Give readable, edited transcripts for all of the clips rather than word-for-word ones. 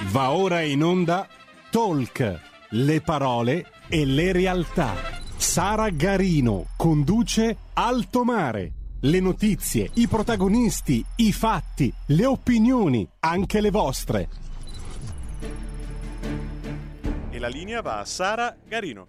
Va ora in onda Talk, le parole e le realtà. Sara Garino conduce Alto Mare. Le notizie, i protagonisti, i fatti, le opinioni, anche le vostre. E la linea va a Sara Garino.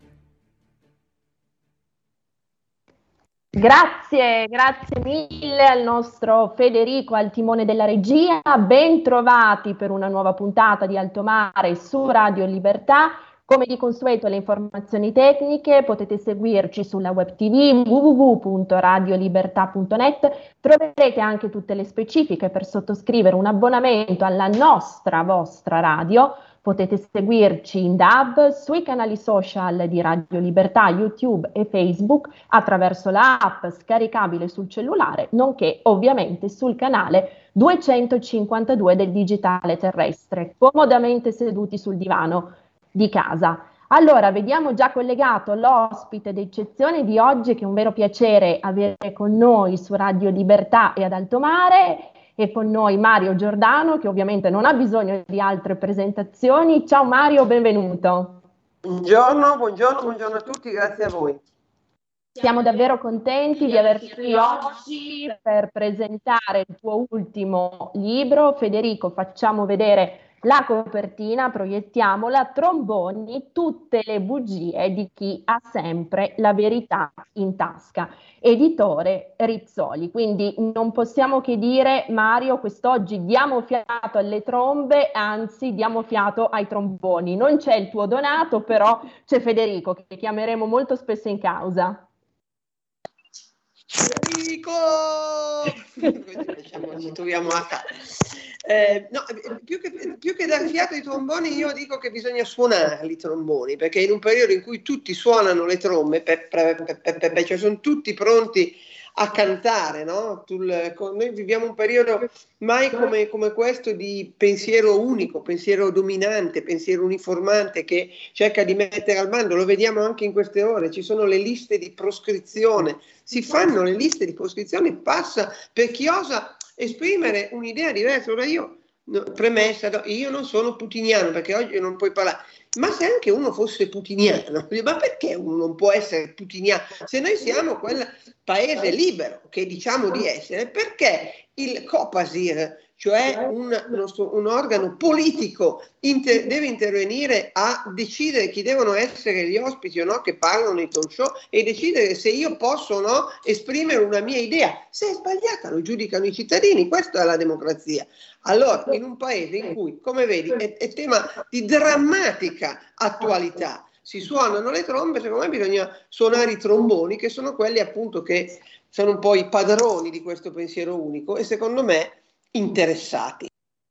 Grazie mille al nostro Federico al timone della regia, ben trovati per una nuova puntata di Alto Mare su Radio Libertà. Come di consueto le informazioni tecniche potete seguirci sulla web tv www.radiolibertà.net, troverete anche tutte le specifiche per sottoscrivere un abbonamento alla vostra radio. Potete seguirci in DAB sui canali social di Radio Libertà, YouTube e Facebook attraverso l'app scaricabile sul cellulare, nonché ovviamente sul canale 252 del digitale terrestre, comodamente seduti sul divano di casa. Allora, vediamo già collegato l'ospite d'eccezione di oggi, che è un vero piacere avere con noi su Radio Libertà e ad Alto Mare. E con noi Mario Giordano, che ovviamente non ha bisogno di altre presentazioni. Ciao Mario, benvenuto. Buongiorno a tutti, grazie a voi. Siamo davvero contenti di averti qui oggi per presentare il tuo ultimo libro. Federico, facciamo vedere la copertina, proiettiamola. Tromboni, tutte le bugie di chi ha sempre la verità in tasca. Editore Rizzoli. Quindi non possiamo che dire, Mario, quest'oggi diamo fiato alle trombe, anzi diamo fiato ai tromboni. Non c'è il tuo Donato, però c'è Federico, che chiameremo molto spesso in causa. Federico! Ci troviamo a casa. No, più che dar fiato ai tromboni, io dico che bisogna suonarli i tromboni, perché in un periodo in cui tutti suonano le trombe, cioè sono tutti pronti a cantare, no? Noi viviamo un periodo mai come questo di pensiero unico, pensiero dominante, pensiero uniformante che cerca di mettere al bando. Lo vediamo anche in queste ore, ci sono le liste di proscrizione, si fanno le liste di proscrizione, passa per chi osa esprimere un'idea diversa. Ora premessa, io non sono putiniano, perché oggi non puoi parlare, ma se anche uno fosse putiniano, ma perché uno non può essere putiniano? Se noi siamo quel paese libero che diciamo di essere, perché il Copasir, cioè un organo politico, deve intervenire a decidere chi devono essere gli ospiti o no che parlano nei talk show e decidere se io posso o no esprimere una mia idea? Se è sbagliata lo giudicano i cittadini, questa è la democrazia. Allora, in un paese in cui, come vedi, è tema di drammatica attualità, si suonano le trombe, secondo me bisogna suonare i tromboni, che sono quelli appunto che sono un po' i padroni di questo pensiero unico e secondo me interessati.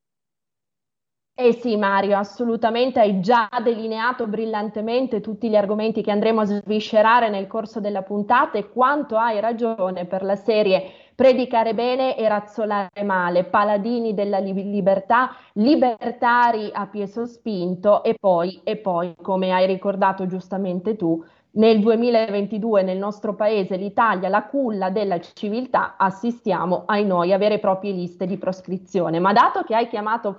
Eh sì Mario, assolutamente, hai già delineato brillantemente tutti gli argomenti che andremo a sviscerare nel corso della puntata e quanto hai ragione per la serie Predicare bene e razzolare male, paladini della libertà, libertari a piè sospinto e poi, come hai ricordato giustamente tu, nel 2022 nel nostro paese, l'Italia, la culla della civiltà, assistiamo ai noi a vere e proprie liste di proscrizione. Ma dato che hai chiamato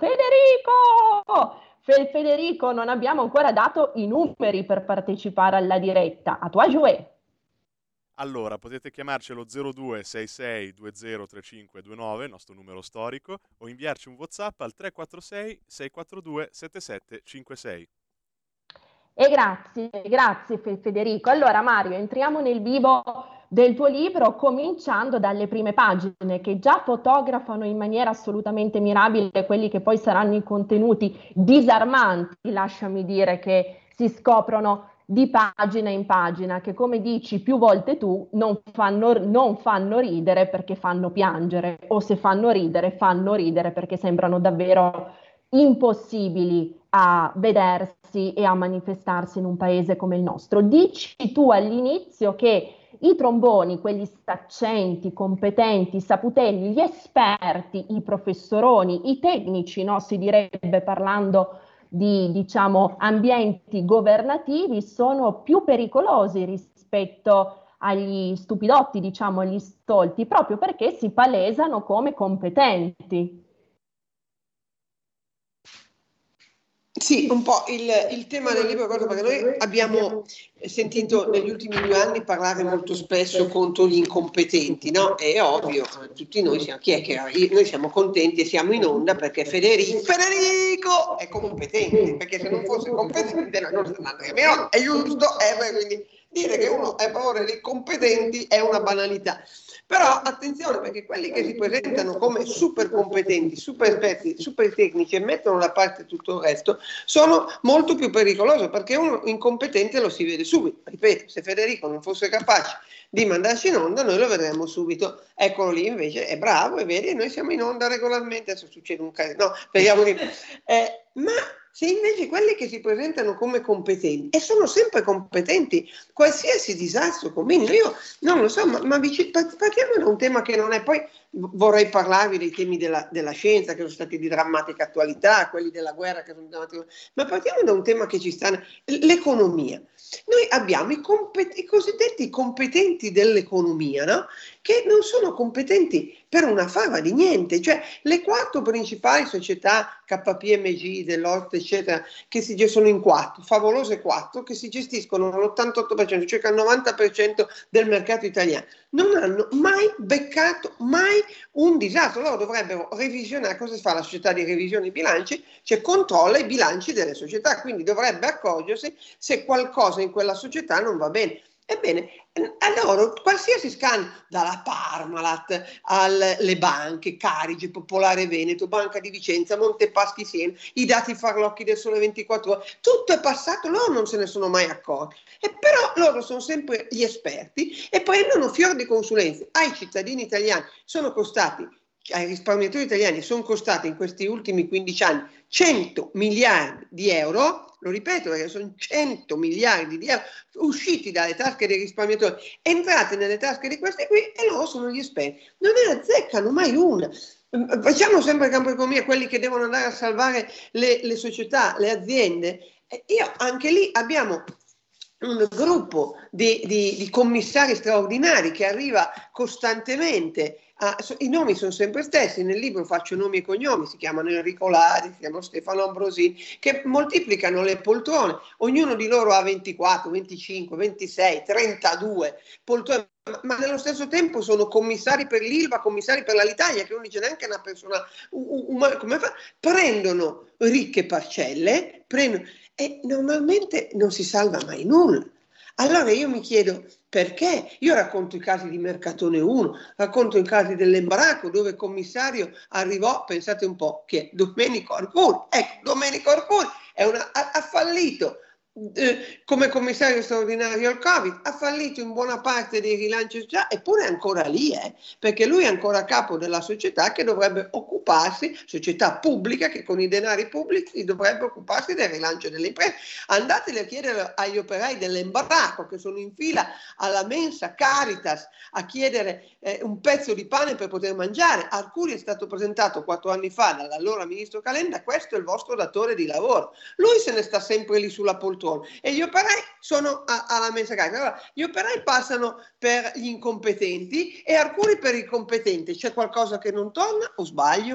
Federico, non abbiamo ancora dato i numeri per partecipare alla diretta. A tua jouet. Allora, potete chiamarci allo 0266 203529, il nostro numero storico, o inviarci un WhatsApp al 346 642 7756. E grazie Federico. Allora Mario, entriamo nel vivo del tuo libro cominciando dalle prime pagine che già fotografano in maniera assolutamente mirabile quelli che poi saranno i contenuti disarmanti, lasciami dire, che si scoprono di pagina in pagina, che come dici più volte tu non fanno ridere perché fanno piangere, o se fanno ridere perché sembrano davvero impossibili a vedersi e a manifestarsi in un paese come il nostro. Dici tu all'inizio che i tromboni, quelli saccenti, competenti, saputelli, gli esperti, i professoroni, i tecnici, no, si direbbe parlando di, diciamo, ambienti governativi, sono più pericolosi rispetto agli stupidotti, diciamo, agli stolti, proprio perché si palesano come competenti. Sì, un po' il tema del libro, perché noi abbiamo sentito negli ultimi 2 anni parlare molto spesso contro gli incompetenti, no? È ovvio, tutti noi siamo, noi siamo contenti e siamo in onda perché Federico è competente, perché se non fosse competente noi non andremo, è giusto, quindi dire che uno è a favore dei competenti è una banalità. Però attenzione, perché quelli che si presentano come super competenti, super esperti, super tecnici e mettono da parte tutto il resto, sono molto più pericolosi, perché uno incompetente lo si vede subito. Ripeto, se Federico non fosse capace di mandarci in onda, noi lo vedremo subito. Eccolo lì, invece è bravo e vedi, noi siamo in onda regolarmente, adesso succede un caso, no, speriamo di... ma se invece quelli che si presentano come competenti, e sono sempre competenti, qualsiasi disastro combini, io non lo so, ma partiamo da un tema che non è, poi vorrei parlarvi dei temi della scienza che sono stati di drammatica attualità, quelli della guerra che sono drammatici, ma partiamo da un tema che ci sta, l'economia. Noi abbiamo i cosiddetti competenti dell'economia, no? Che non sono competenti per una fava di niente, cioè le 4 principali società KPMG, Deloitte eccetera, che sono in 4, favolose 4, che si gestiscono l'88%, circa il 90% del mercato italiano, non hanno mai beccato un disastro. Loro dovrebbero revisionare, cosa fa la società di revisione dei bilanci? Cioè controlla i bilanci delle società, quindi dovrebbe accorgersi se qualcosa in quella società non va bene. Ebbene, allora qualsiasi scandalo, dalla Parmalat alle banche, Carige, Popolare Veneto, Banca di Vicenza, Montepaschi Siena, i dati farlocchi del Sole 24 Ore, tutto è passato, loro non se ne sono mai accorti. E però loro sono sempre gli esperti e prendono fior di consulenze ai cittadini italiani, ai risparmiatori italiani sono costati in questi ultimi 15 anni 100 miliardi di euro, lo ripeto perché sono 100 miliardi di euro usciti dalle tasche dei risparmiatori, entrati nelle tasche di questi qui e loro sono gli esperti, non ne azzeccano mai una. Facciamo sempre campo economia, quelli che devono andare a salvare le società, le aziende. Io anche lì abbiamo un gruppo di commissari straordinari che arriva costantemente. I nomi sono sempre stessi, nel libro faccio nomi e cognomi, si chiamano Enrico Lari, si chiamano Stefano Ambrosini, che moltiplicano le poltrone, ognuno di loro ha 24, 25, 26, 32 poltrone, ma nello stesso tempo sono commissari per l'Ilva, commissari per l'Alitalia, che non dice neanche una persona umana, come fa? Prendono ricche parcelle, e normalmente non si salva mai nulla. Allora io mi chiedo perché. Io racconto i casi di Mercatone 1, racconto i casi dell'Embraco, dove il commissario arrivò, pensate un po', che Domenico Arcuri. Ecco, Domenico Arcuri ha fallito come commissario straordinario al Covid, ha fallito in buona parte dei rilanci sociali, eppure è ancora lì, perché lui è ancora a capo della società che dovrebbe occuparsi, società pubblica che con i denari pubblici dovrebbe occuparsi del rilancio delle imprese. Andateli a chiedere agli operai dell'Embraco che sono in fila alla mensa Caritas a chiedere un pezzo di pane per poter mangiare. Arcuri è stato presentato 4 anni fa dall'allora ministro Calenda: questo è il vostro datore di lavoro. Lui se ne sta sempre lì sulla poltrona e gli operai sono alla mensa Caritas. Allora, gli operai passano per gli incompetenti e Arcuri per i competenti. C'è qualcosa che non torna o sbaglio?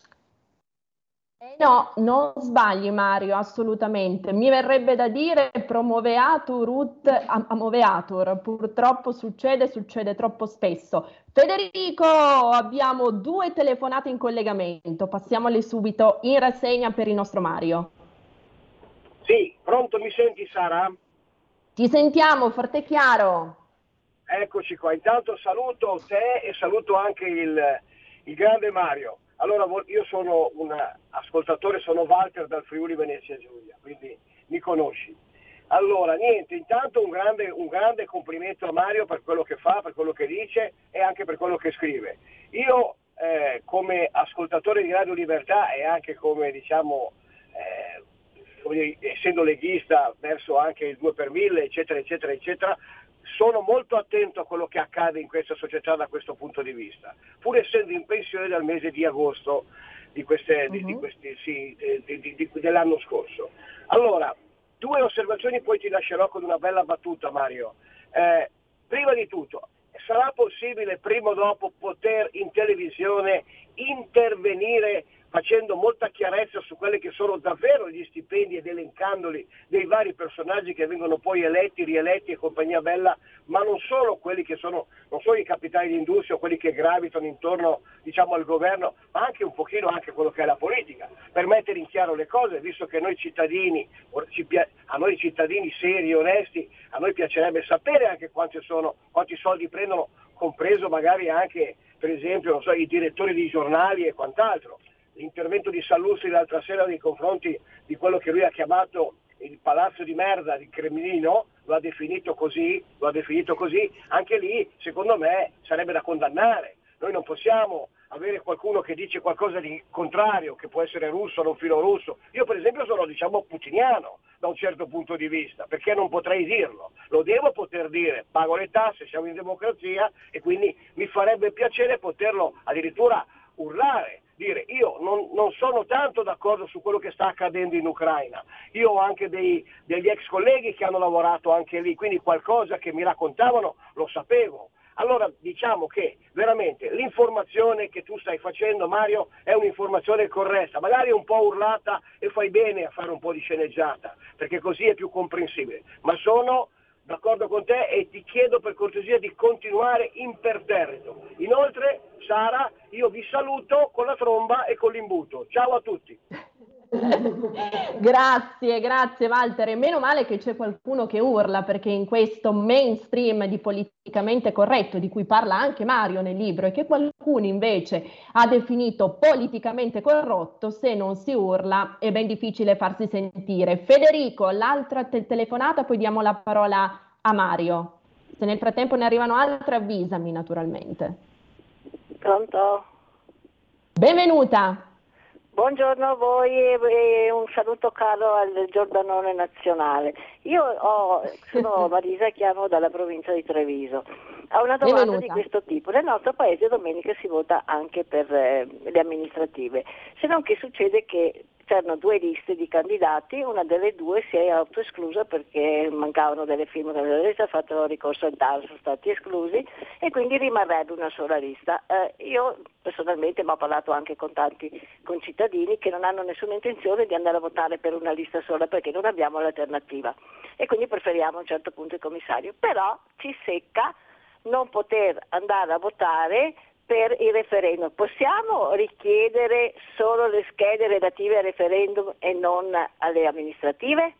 No, non sbagli Mario, assolutamente. Mi verrebbe da dire promoveatur ut amoveatur. Purtroppo succede troppo spesso. Federico, abbiamo 2 telefonate in collegamento. Passiamole subito in rassegna per il nostro Mario. Sì, pronto, mi senti Sara? Ti sentiamo forte e chiaro. Eccoci qua, intanto saluto te e saluto anche il grande Mario. Allora, io sono un ascoltatore, sono Walter dal Friuli Venezia Giulia, quindi mi conosci. Allora, niente, intanto un grande complimento a Mario per quello che fa, per quello che dice e anche per quello che scrive. Io come ascoltatore di Radio Libertà e anche come, diciamo, essendo leghista verso anche il 2 per 1000, eccetera, eccetera, eccetera, sono molto attento a quello che accade in questa società da questo punto di vista, pur essendo in pensione dal mese di agosto dell'anno scorso. Allora, 2 osservazioni, poi ti lascerò con una bella battuta, Mario. Prima di tutto, sarà possibile prima o dopo poter in televisione intervenire facendo molta chiarezza su quelli che sono davvero gli stipendi ed elencandoli dei vari personaggi che vengono poi eletti, rieletti e compagnia bella, ma non solo quelli che sono, non solo i capitani di industria o quelli che gravitano intorno, diciamo, al governo, ma anche un pochino anche quello che è la politica, per mettere in chiaro le cose, visto che noi cittadini, a noi cittadini seri, onesti, a noi piacerebbe sapere anche quanti soldi prendono, compreso magari anche, per esempio, non so, i direttori di giornali e quant'altro. L'intervento di Sallusti l'altra sera nei confronti di quello che lui ha chiamato il palazzo di merda di Cremlino, lo ha definito così, anche lì secondo me sarebbe da condannare. Noi non possiamo avere qualcuno che dice qualcosa di contrario, che può essere russo, non filorusso. Io per esempio sono, diciamo, putiniano da un certo punto di vista, perché non potrei dirlo? Lo devo poter dire, pago le tasse, siamo in democrazia e quindi mi farebbe piacere poterlo addirittura urlare, dire io non sono tanto d'accordo su quello che sta accadendo in Ucraina, io ho anche degli ex colleghi che hanno lavorato anche lì, quindi qualcosa che mi raccontavano lo sapevo. Allora diciamo che veramente l'informazione che tu stai facendo, Mario, è un'informazione corretta, magari un po' urlata, e fai bene a fare un po' di sceneggiata, perché così è più comprensibile, ma sono d'accordo con te e ti chiedo per cortesia di continuare imperterrito. Inoltre, Sara, io vi saluto con la tromba e con l'imbuto. Ciao a tutti. Grazie Walter, e meno male che c'è qualcuno che urla, perché in questo mainstream di politicamente corretto di cui parla anche Mario nel libro e che qualcuno invece ha definito politicamente corrotto, se non si urla è ben difficile farsi sentire. Federico, l'altra telefonata, poi diamo la parola a Mario. Se nel frattempo ne arrivano altre, avvisami naturalmente. Pronto? Benvenuta. Buongiorno a voi e un saluto caro al Giordanone Nazionale. Io sono Marisa, chiamo dalla provincia di Treviso. Ho una domanda di questo tipo. Nel nostro paese domenica si vota anche per le amministrative, se non che succede che c'erano due liste di candidati, una delle due si è autoesclusa perché mancavano delle firme, ha fatto ricorso al TAR, sono stati esclusi e quindi rimarrebbe una sola lista. Io personalmente ho parlato anche con tanti concittadini che non hanno nessuna intenzione di andare a votare per una lista sola perché non abbiamo l'alternativa e quindi preferiamo a un certo punto il commissario, però ci secca non poter andare a votare per il referendum. Possiamo richiedere solo le schede relative al referendum e non alle amministrative?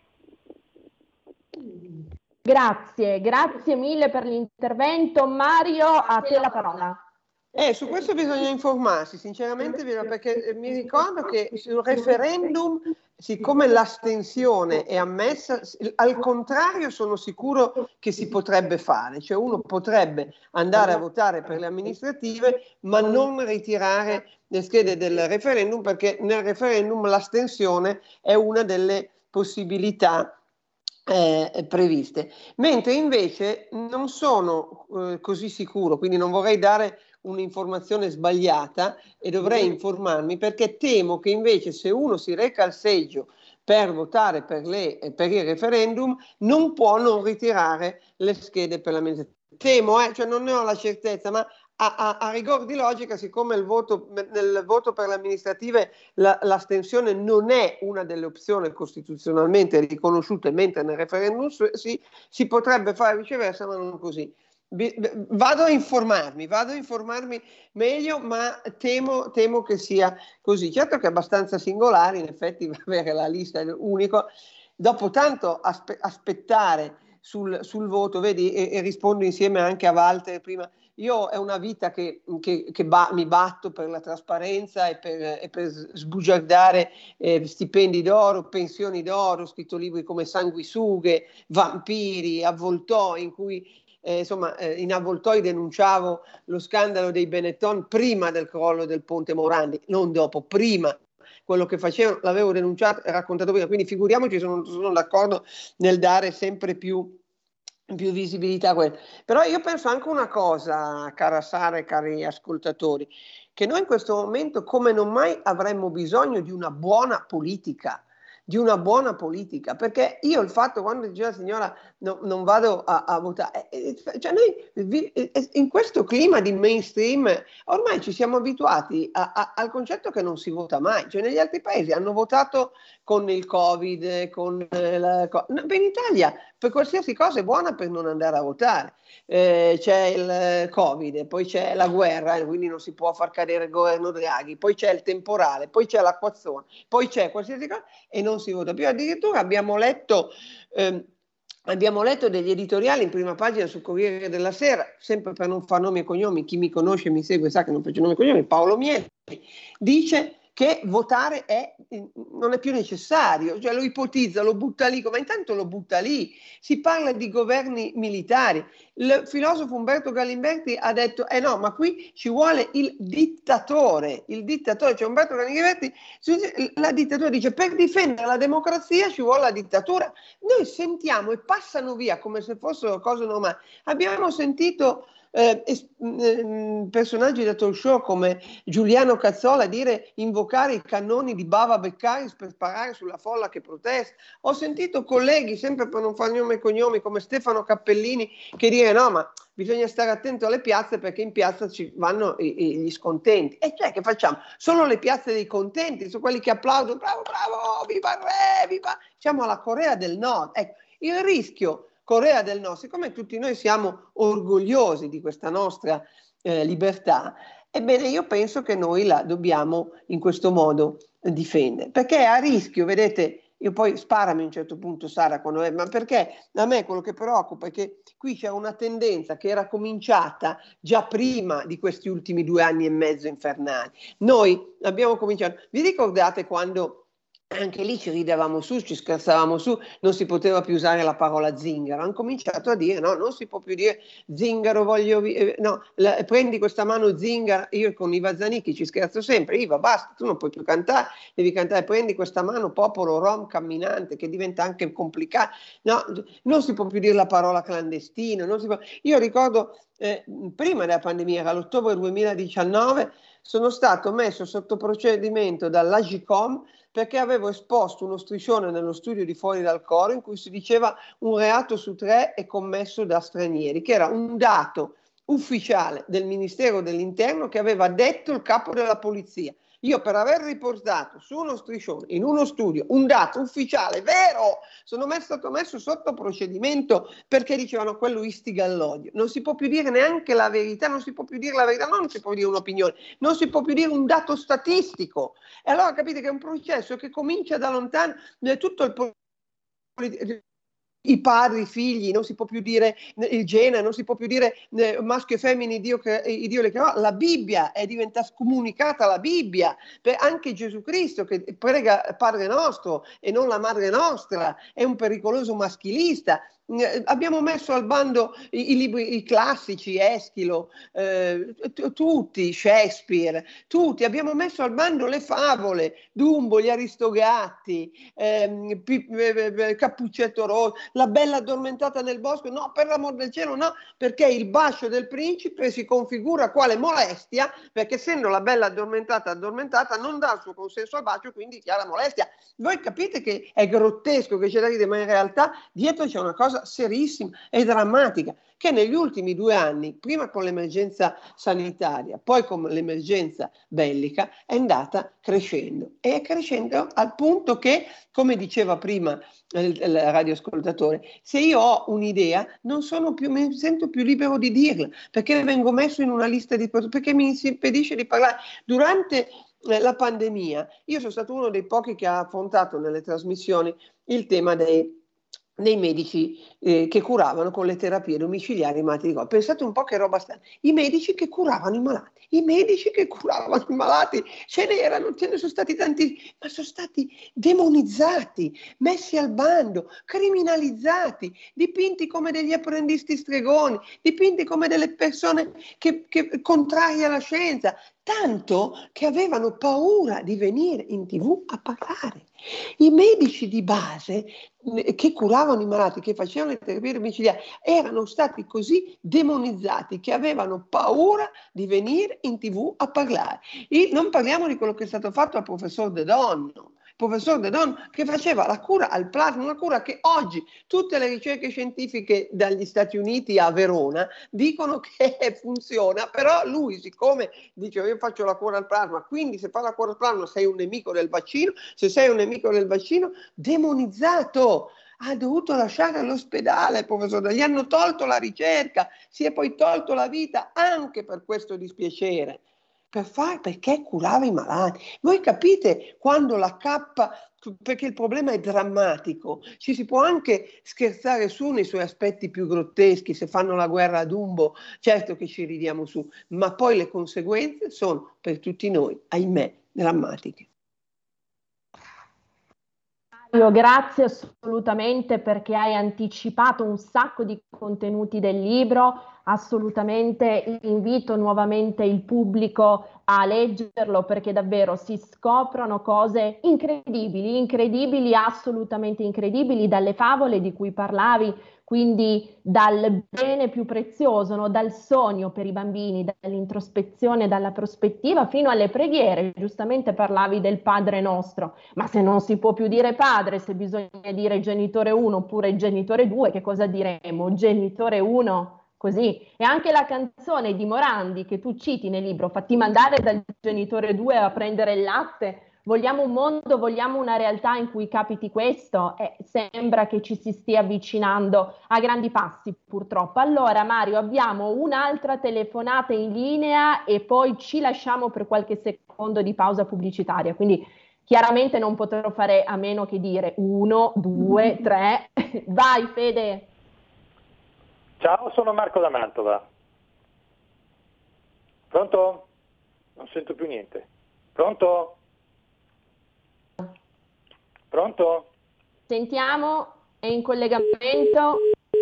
Grazie mille per l'intervento. Mario, a te la parola. Su questo bisogna informarsi, sinceramente, perché mi ricordo che sul referendum, siccome l'astensione è ammessa, al contrario sono sicuro che si potrebbe fare, cioè uno potrebbe andare a votare per le amministrative ma non ritirare le schede del referendum, perché nel referendum l'astensione è una delle possibilità previste, mentre invece non sono così sicuro, quindi non vorrei dare un'informazione sbagliata e dovrei informarmi, perché temo che invece se uno si reca al seggio per votare per il referendum non può non ritirare le schede per l'amministrazione. Temo, cioè non ne ho la certezza, ma a rigor di logica, siccome nel voto per le amministrative l'astensione non è una delle opzioni costituzionalmente riconosciute, mentre nel referendum si potrebbe fare viceversa, ma non così. Vado a informarmi meglio, ma temo che sia così. Certo che è abbastanza singolare, in effetti, avere la lista unico, dopo tanto aspettare sul voto, vedi, e rispondo insieme anche a Walter prima. Io è una vita che mi batto per la trasparenza e per sbugiardare stipendi d'oro, pensioni d'oro, ho scritto libri come Sanguisughe, Vampiri, Avvoltoi, in cui in Avvoltoi denunciavo lo scandalo dei Benetton prima del crollo del ponte Morandi, non dopo, prima. Quello che facevano l'avevo denunciato e raccontato prima, quindi figuriamoci, sono d'accordo nel dare sempre più visibilità a quello. Però io penso anche una cosa, cara Sara e cari ascoltatori, che noi in questo momento come non mai avremmo bisogno di una buona politica, di una buona politica, perché io il fatto, quando diceva la signora non vado a votare, cioè noi in questo clima di mainstream ormai ci siamo abituati al concetto che non si vota mai, cioè negli altri paesi hanno votato con il Covid, in Italia per qualsiasi cosa è buona per non andare a votare. C'è il Covid, poi c'è la guerra, quindi non si può far cadere il governo Draghi, poi c'è il temporale, poi c'è l'acquazzone, poi c'è qualsiasi cosa e non si vota più. Addirittura abbiamo letto degli editoriali in prima pagina sul Corriere della Sera, sempre per non far nomi e cognomi, chi mi conosce e mi segue sa che non faccio nomi e cognomi, Paolo Mieli dice che votare non è più necessario, cioè lo ipotizza, lo butta lì, ma intanto lo butta lì. Si parla di governi militari. Il filosofo Umberto Galimberti ha detto no, ma qui ci vuole il dittatore, cioè Umberto Galimberti, la dittatura dice, per difendere la democrazia ci vuole la dittatura. Noi sentiamo e passano via come se fossero cose normali. Abbiamo sentito personaggi da talk show come Giuliano Cazzola invocare i cannoni di Bava Beccaris per sparare sulla folla che protesta. Ho sentito colleghi, sempre per non fare nomi e cognomi, come Stefano Cappellini, che dire no, ma bisogna stare attento alle piazze perché in piazza ci vanno gli scontenti. E cioè che facciamo? Sono le piazze dei contenti, sono quelli che applaudono, bravo, bravo, viva il re, viva. Siamo alla Corea del Nord. Ecco, il rischio Corea del Nord, siccome tutti noi siamo orgogliosi di questa nostra libertà, ebbene io penso che noi la dobbiamo in questo modo difendere, perché è a rischio, vedete, io poi sparami a un certo punto Sara, ma perché a me quello che preoccupa è che qui c'è una tendenza che era cominciata già prima di questi ultimi 2 anni e mezzo infernali. Noi abbiamo cominciato, vi ricordate quando anche lì ci ridevamo su, ci scherzavamo su, non si poteva più usare la parola zingaro, hanno cominciato a dire no, non si può più dire zingaro, prendi questa mano zingara, io con Iva Zanicchi ci scherzo sempre, Iva basta, tu non puoi più cantare, devi cantare prendi questa mano popolo rom camminante, che diventa anche complicato, no, non si può più dire la parola clandestino, io ricordo prima della pandemia, era l'ottobre 2019, sono stato messo sotto procedimento dall'Agicom perché avevo esposto uno striscione nello studio di Fuori dal Coro in cui si diceva 1 reato su 3 è commesso da stranieri, che era un dato ufficiale del Ministero dell'Interno che aveva detto il capo della polizia. Io per aver riportato su uno striscione, in uno studio, un dato ufficiale, vero, sono stato messo sotto procedimento perché dicevano quello istiga all'odio. Non si può più dire neanche la verità, non si può più dire la verità, non si può dire un'opinione, non si può più dire un dato statistico. E allora capite che è un processo che comincia da lontano, tutto i padri, i figli, non si può più dire il genere, non si può più dire maschio e femmina, Dio le creò. La Bibbia è diventata scomunicata, la Bibbia, anche Gesù Cristo che prega Padre nostro e non la Madre nostra, è un pericoloso maschilista. Abbiamo messo al bando i libri, i classici, Eschilo, tutti, Shakespeare, tutti, abbiamo messo al bando le favole, Dumbo, gli Aristogatti, Cappuccetto Rosso, la bella addormentata nel bosco, no, per l'amor del cielo no, perché il bacio del principe si configura quale molestia, perché essendo la bella addormentata non dà il suo consenso al bacio, quindi chiara molestia. Voi capite che è grottesco, che c'è da ridere, ma in realtà dietro c'è una cosa serissima e drammatica che negli ultimi 2 anni, prima con l'emergenza sanitaria, poi con l'emergenza bellica, è andata crescendo e è crescendo al punto che, come diceva prima il radioascoltatore, se io ho un'idea non mi sento più libero di dirla perché vengo messo in una lista di perché mi si impedisce di parlare. Durante la pandemia io sono stato uno dei pochi che ha affrontato nelle trasmissioni il tema dei medici che curavano con le terapie domiciliari i malati di Covid. Pensate un po' che roba strana. I medici che curavano i malati, ce ne sono stati tanti, ma sono stati demonizzati, messi al bando, criminalizzati, dipinti come degli apprendisti stregoni, dipinti come delle persone che contrarie alla scienza, tanto che avevano paura di venire in TV a parlare. I medici di base che curavano i malati, che facevano le terapie domiciliari, erano stati così demonizzati che avevano paura di venire in TV a parlare. Non parliamo di quello che è stato fatto al professor De Donno. Il professor De Don, che faceva la cura al plasma, una cura che oggi tutte le ricerche scientifiche dagli Stati Uniti a Verona dicono che funziona, però lui, siccome dice io faccio la cura al plasma, quindi se fai la cura al plasma sei un nemico del vaccino, se sei un nemico del vaccino, demonizzato. Ha dovuto lasciare l'ospedale, professore, gli hanno tolto la ricerca, si è poi tolto la vita anche per questo dispiacere, perché curava i malati. Voi capite quando la cappa, perché il problema è drammatico, ci si può anche scherzare su nei suoi aspetti più grotteschi, se fanno la guerra a Dumbo, certo che ci ridiamo su, ma poi le conseguenze sono per tutti noi, ahimè, drammatiche. Grazie assolutamente perché hai anticipato un sacco di contenuti del libro, assolutamente invito nuovamente il pubblico a leggerlo perché davvero si scoprono cose incredibili, assolutamente incredibili, dalle favole di cui parlavi, quindi dal bene più prezioso, no? Dal sogno per i bambini, dall'introspezione, dalla prospettiva, fino alle preghiere. Giustamente parlavi del Padre Nostro, ma se non si può più dire padre, se bisogna dire genitore 1 oppure genitore 2, che cosa diremo? Genitore 1? Così. E anche la canzone di Morandi che tu citi nel libro, fatti mandare dal genitore 2 a prendere il latte. Vogliamo un mondo, vogliamo una realtà in cui capiti questo? Sembra che ci si stia avvicinando a grandi passi, purtroppo. Allora, Mario, abbiamo un'altra telefonata in linea e poi ci lasciamo per qualche secondo di pausa pubblicitaria. Quindi chiaramente non potrò fare a meno che dire 1, 2, 3. Vai, Fede. Ciao, sono Marco da Mantova. Pronto? Non sento più niente. Pronto? Pronto? Sentiamo, è in collegamento.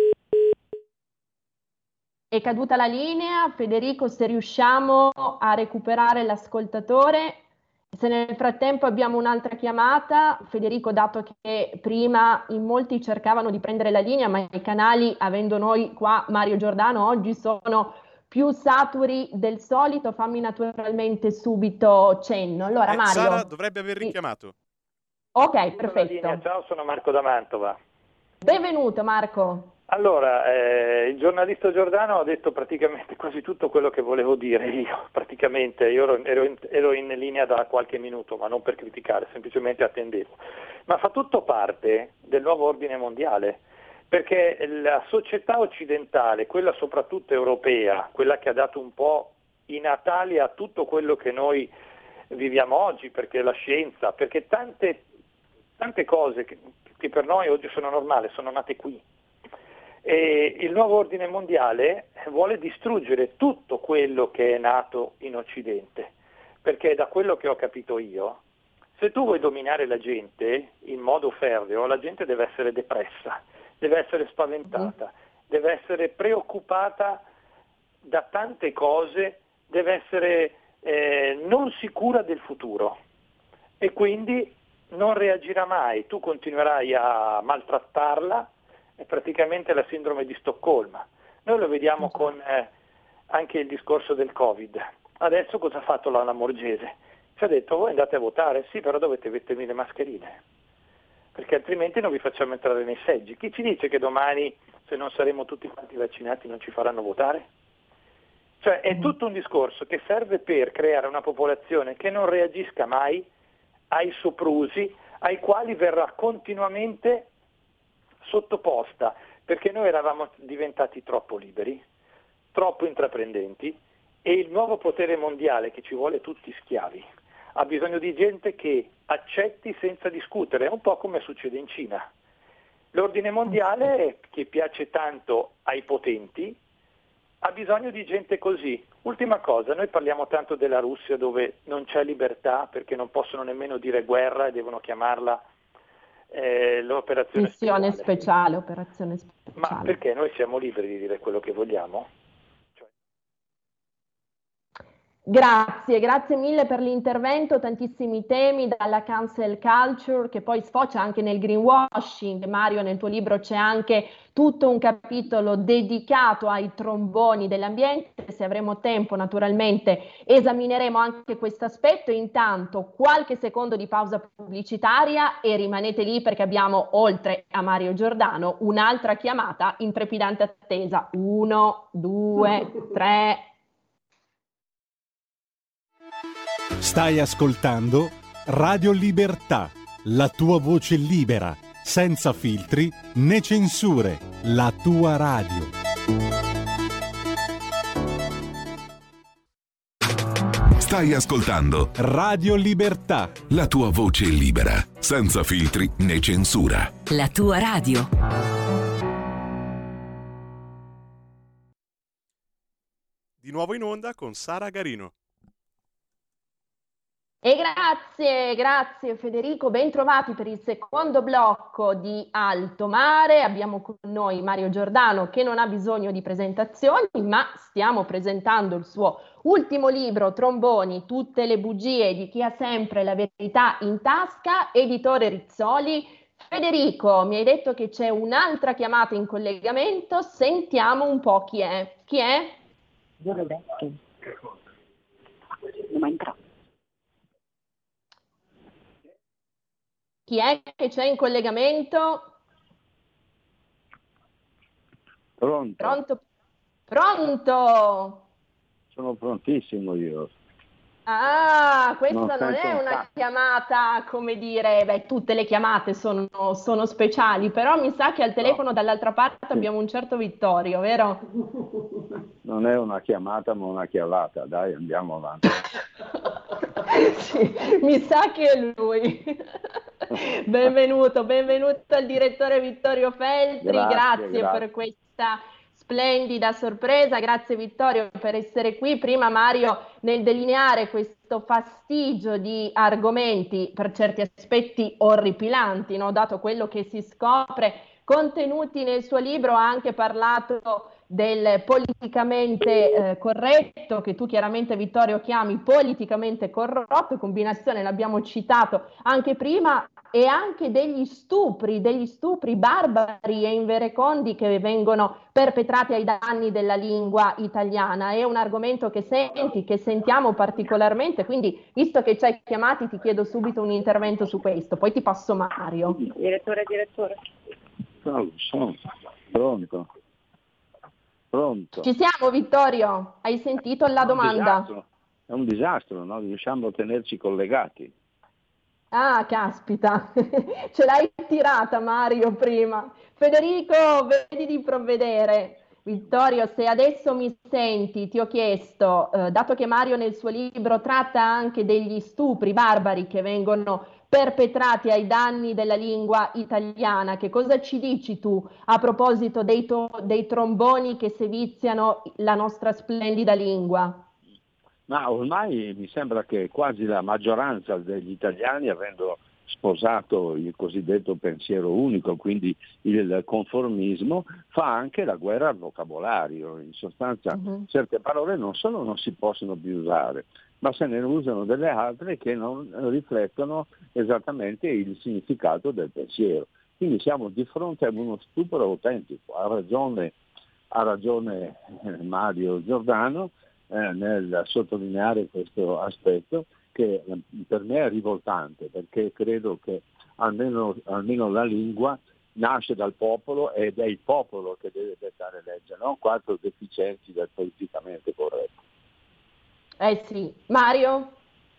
È caduta la linea. Federico, se riusciamo a recuperare l'ascoltatore. Se nel frattempo abbiamo un'altra chiamata, Federico, dato che prima in molti cercavano di prendere la linea, ma i canali, avendo noi qua Mario Giordano, oggi sono più saturi del solito, fammi naturalmente subito cenno. Allora, Mario. Sara dovrebbe aver richiamato. Ok, perfetto. Ciao, sono Marco da Mantova. Benvenuto, Marco. Allora, il giornalista Giordano ha detto praticamente quasi tutto quello che volevo dire io, praticamente. Io ero in linea da qualche minuto, ma non per criticare, semplicemente attendevo. Ma fa tutto parte del nuovo ordine mondiale, perché la società occidentale, quella soprattutto europea, quella che ha dato un po' i natali a tutto quello che noi viviamo oggi, perché la scienza, perché tante cose che per noi oggi sono normali, sono nate qui. E il nuovo ordine mondiale vuole distruggere tutto quello che è nato in Occidente, perché da quello che ho capito io, se tu vuoi dominare la gente in modo ferreo, la gente deve essere depressa, deve essere spaventata, deve essere preoccupata da tante cose, deve essere non sicura del futuro e quindi non reagirà mai, tu continuerai a maltrattarla. È praticamente la sindrome di Stoccolma. Noi lo vediamo con anche il discorso del Covid. Adesso cosa ha fatto la Lamorgese? Ci ha detto voi andate a votare, sì, però dovete mettermi le mascherine, perché altrimenti non vi facciamo entrare nei seggi. Chi ci dice che domani, se non saremo tutti quanti vaccinati, non ci faranno votare? Cioè è tutto un discorso che serve per creare una popolazione che non reagisca mai ai soprusi, ai quali verrà continuamente sottoposta, perché noi eravamo diventati troppo liberi, troppo intraprendenti e il nuovo potere mondiale che ci vuole tutti schiavi ha bisogno di gente che accetti senza discutere, un po' come succede in Cina. L'ordine mondiale, che piace tanto ai potenti, ha bisogno di gente così. Ultima cosa, noi parliamo tanto della Russia dove non c'è libertà perché non possono nemmeno dire guerra e devono chiamarla l'operazione speciale. Ma perché noi siamo liberi di dire quello che vogliamo? Grazie mille per l'intervento, tantissimi temi, dalla cancel culture che poi sfocia anche nel greenwashing. Mario, nel tuo libro c'è anche tutto un capitolo dedicato ai tromboni dell'ambiente. Se avremo tempo, naturalmente, esamineremo anche questo aspetto. Intanto, qualche secondo di pausa pubblicitaria e rimanete lì perché abbiamo, oltre a Mario Giordano, un'altra chiamata in trepidante attesa. 1, 2, 3... Stai ascoltando Radio Libertà, la tua voce libera, senza filtri né censure, la tua radio. Stai ascoltando Radio Libertà, la tua voce libera, senza filtri né censura. La tua radio. Di nuovo in onda con Sara Garino. E grazie Federico, ben trovati per il secondo blocco di Alto Mare. Abbiamo con noi Mario Giordano che non ha bisogno di presentazioni, ma stiamo presentando il suo ultimo libro, Tromboni, tutte le bugie di chi ha sempre la verità in tasca, editore Rizzoli. Federico, mi hai detto che c'è un'altra chiamata in collegamento, sentiamo un po' chi è. Chi è? Io l'ho detto. Non entra. Chi è che c'è in collegamento? Pronto? Pronto? Sono prontissimo io. Ah, questa non è una chiamata, come dire, tutte le chiamate sono speciali, però mi sa che al telefono dall'altra parte abbiamo un certo Vittorio, vero? Non è una chiamata ma una chiavata, dai, andiamo avanti. Sì, mi sa che è lui. Benvenuto al direttore Vittorio Feltri, grazie per questa splendida sorpresa, grazie Vittorio per essere qui. Prima Mario, nel delineare questo fastigio di argomenti per certi aspetti orripilanti, no? Dato quello che si scopre contenuti nel suo libro, ha anche parlato del politicamente corretto, che tu chiaramente Vittorio chiami politicamente corrotto, combinazione, l'abbiamo citato anche prima, e anche degli stupri barbari e inverecondi che vengono perpetrati ai danni della lingua italiana. È un argomento che sentiamo particolarmente, quindi visto che ci hai chiamati ti chiedo subito un intervento su questo, poi ti passo Mario. Direttore. Sono pronto. Ci siamo Vittorio? Hai sentito la domanda? È un disastro, no? Riusciamo a tenerci collegati. Ah, caspita, ce l'hai tirata Mario prima. Federico, vedi di provvedere. Vittorio, se adesso mi senti, ti ho chiesto, dato che Mario nel suo libro tratta anche degli stupri barbari che vengono perpetrati ai danni della lingua italiana, che cosa ci dici tu a proposito dei tromboni che seviziano la nostra splendida lingua? Ma ormai mi sembra che quasi la maggioranza degli italiani, avendo sposato il cosiddetto pensiero unico, quindi il conformismo, fa anche la guerra al vocabolario. In sostanza certe parole non solo non si possono più usare, ma se ne usano delle altre che non riflettono esattamente il significato del pensiero. Quindi siamo di fronte a uno stupro autentico. Ha ragione Mario Giordano nel sottolineare questo aspetto, che per me è rivoltante, perché credo che almeno la lingua nasce dal popolo ed è il popolo che deve dettare legge, non quattro deficienti del politicamente corretto. Sì. Mario?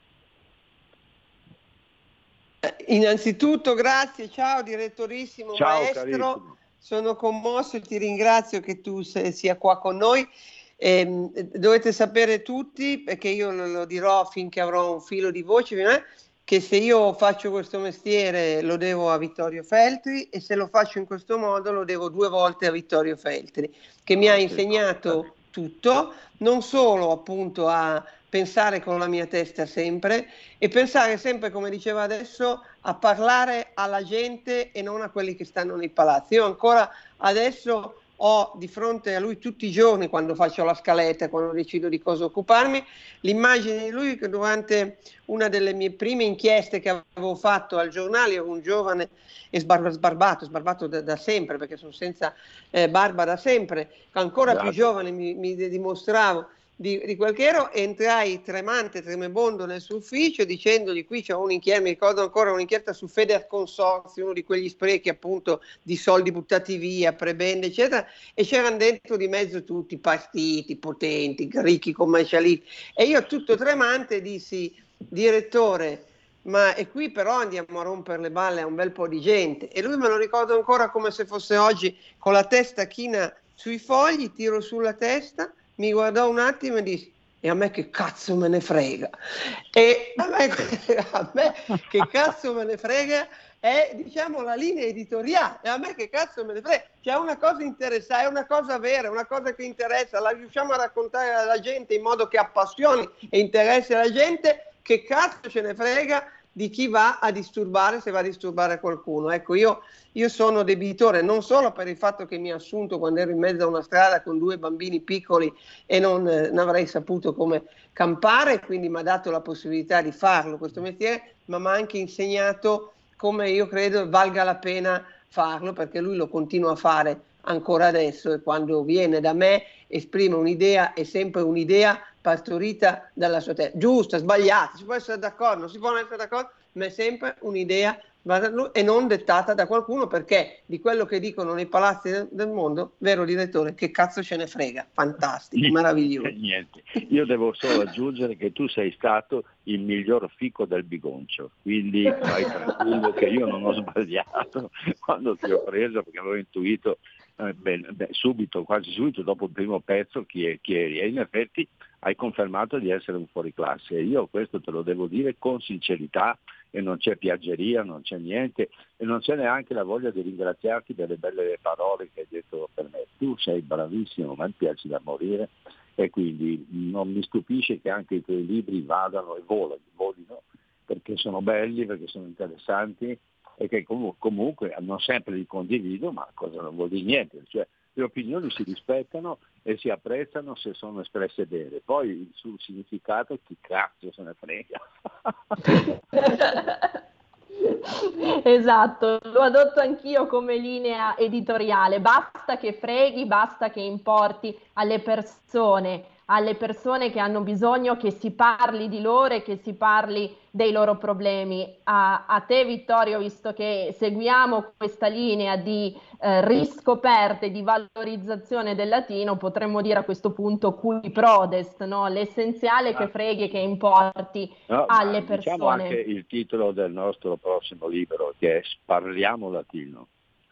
Innanzitutto grazie, ciao direttorissimo, ciao, maestro, carissimo. Sono commosso e ti ringrazio che tu sia qua con noi. Dovete sapere tutti, perché io lo dirò finché avrò un filo di voce, che se io faccio questo mestiere lo devo a Vittorio Feltri, e se lo faccio in questo modo lo devo 2 volte a Vittorio Feltri, che mi ha insegnato tutto, non solo appunto a pensare con la mia testa sempre, e pensare sempre, come diceva adesso, a parlare alla gente e non a quelli che stanno nei palazzi. Io ancora adesso ho di fronte a lui tutti i giorni quando faccio la scaletta, quando decido di cosa occuparmi, l'immagine di lui che durante una delle mie prime inchieste che avevo fatto al giornale, ero un giovane e sbarbato da sempre, perché sono senza barba da sempre, ancora più giovane mi dimostravo di quel che ero, entrai tremante, tremebondo nel suo ufficio dicendogli: qui c'è un'inchiesta, mi ricordo ancora un'inchiesta su Federconsorzi, uno di quegli sprechi appunto di soldi buttati via, prebende eccetera, e c'erano dentro di mezzo tutti partiti potenti, ricchi commercialisti, e io tutto tremante dissi: direttore, ma e qui però andiamo a rompere le balle a un bel po' di gente. E lui, me lo ricordo ancora come se fosse oggi, con la testa china sui fogli, tiro sulla testa, mi guardò un attimo e disse: e a me che cazzo me ne frega? E a me che cazzo me ne frega è, diciamo, la linea editoriale. E a me che cazzo me ne frega? C'è una cosa interessante, è una cosa vera, una cosa che interessa, la riusciamo a raccontare alla gente in modo che appassioni e interessi la gente. Che cazzo ce ne frega di chi va a disturbare, se va a disturbare qualcuno? Ecco, io sono debitore non solo per il fatto che mi ha assunto quando ero in mezzo a una strada con 2 bambini piccoli e non avrei saputo come campare, quindi mi ha dato la possibilità di farlo questo mestiere, ma mi ha anche insegnato come io credo valga la pena farlo, perché lui lo continua a fare ancora adesso, e quando viene da me esprime un'idea, è sempre un'idea partorita dalla sua testa, giusta, sbagliata, si può essere d'accordo, non si può essere d'accordo, ma è sempre un'idea e non dettata da qualcuno, perché di quello che dicono nei palazzi del mondo, vero direttore, che cazzo ce ne frega? Fantastico, meraviglioso. Niente. Io devo solo aggiungere che tu sei stato il miglior fico del Bigoncio, quindi vai tranquillo che io non ho sbagliato quando ti ho preso, perché avevo intuito subito, quasi subito dopo il primo pezzo chi eri, e in effetti hai confermato di essere un fuoriclasse, e io questo te lo devo dire con sincerità, e non c'è piaggeria, non c'è niente, e non c'è neanche la voglia di ringraziarti delle belle parole che hai detto per me. Tu sei bravissimo, ma mi piaci da morire, e quindi non mi stupisce che anche i tuoi libri vadano e volino, perché sono belli, perché sono interessanti, e che comunque non sempre li condivido, ma cosa non vuol dire niente, cioè le opinioni si rispettano e si apprezzano se sono espresse bene, poi sul significato chi cazzo se ne frega. Esatto, lo adotto anch'io come linea editoriale, basta che freghi, basta che importi alle persone che hanno bisogno che si parli di loro e che si parli dei loro problemi. A te, Vittorio, visto che seguiamo questa linea di riscoperte, di valorizzazione del latino, potremmo dire a questo punto cui prodest, no? L'essenziale che freghi e che importi alle persone. Diciamo anche il titolo del nostro prossimo libro, che è Parliamo latino.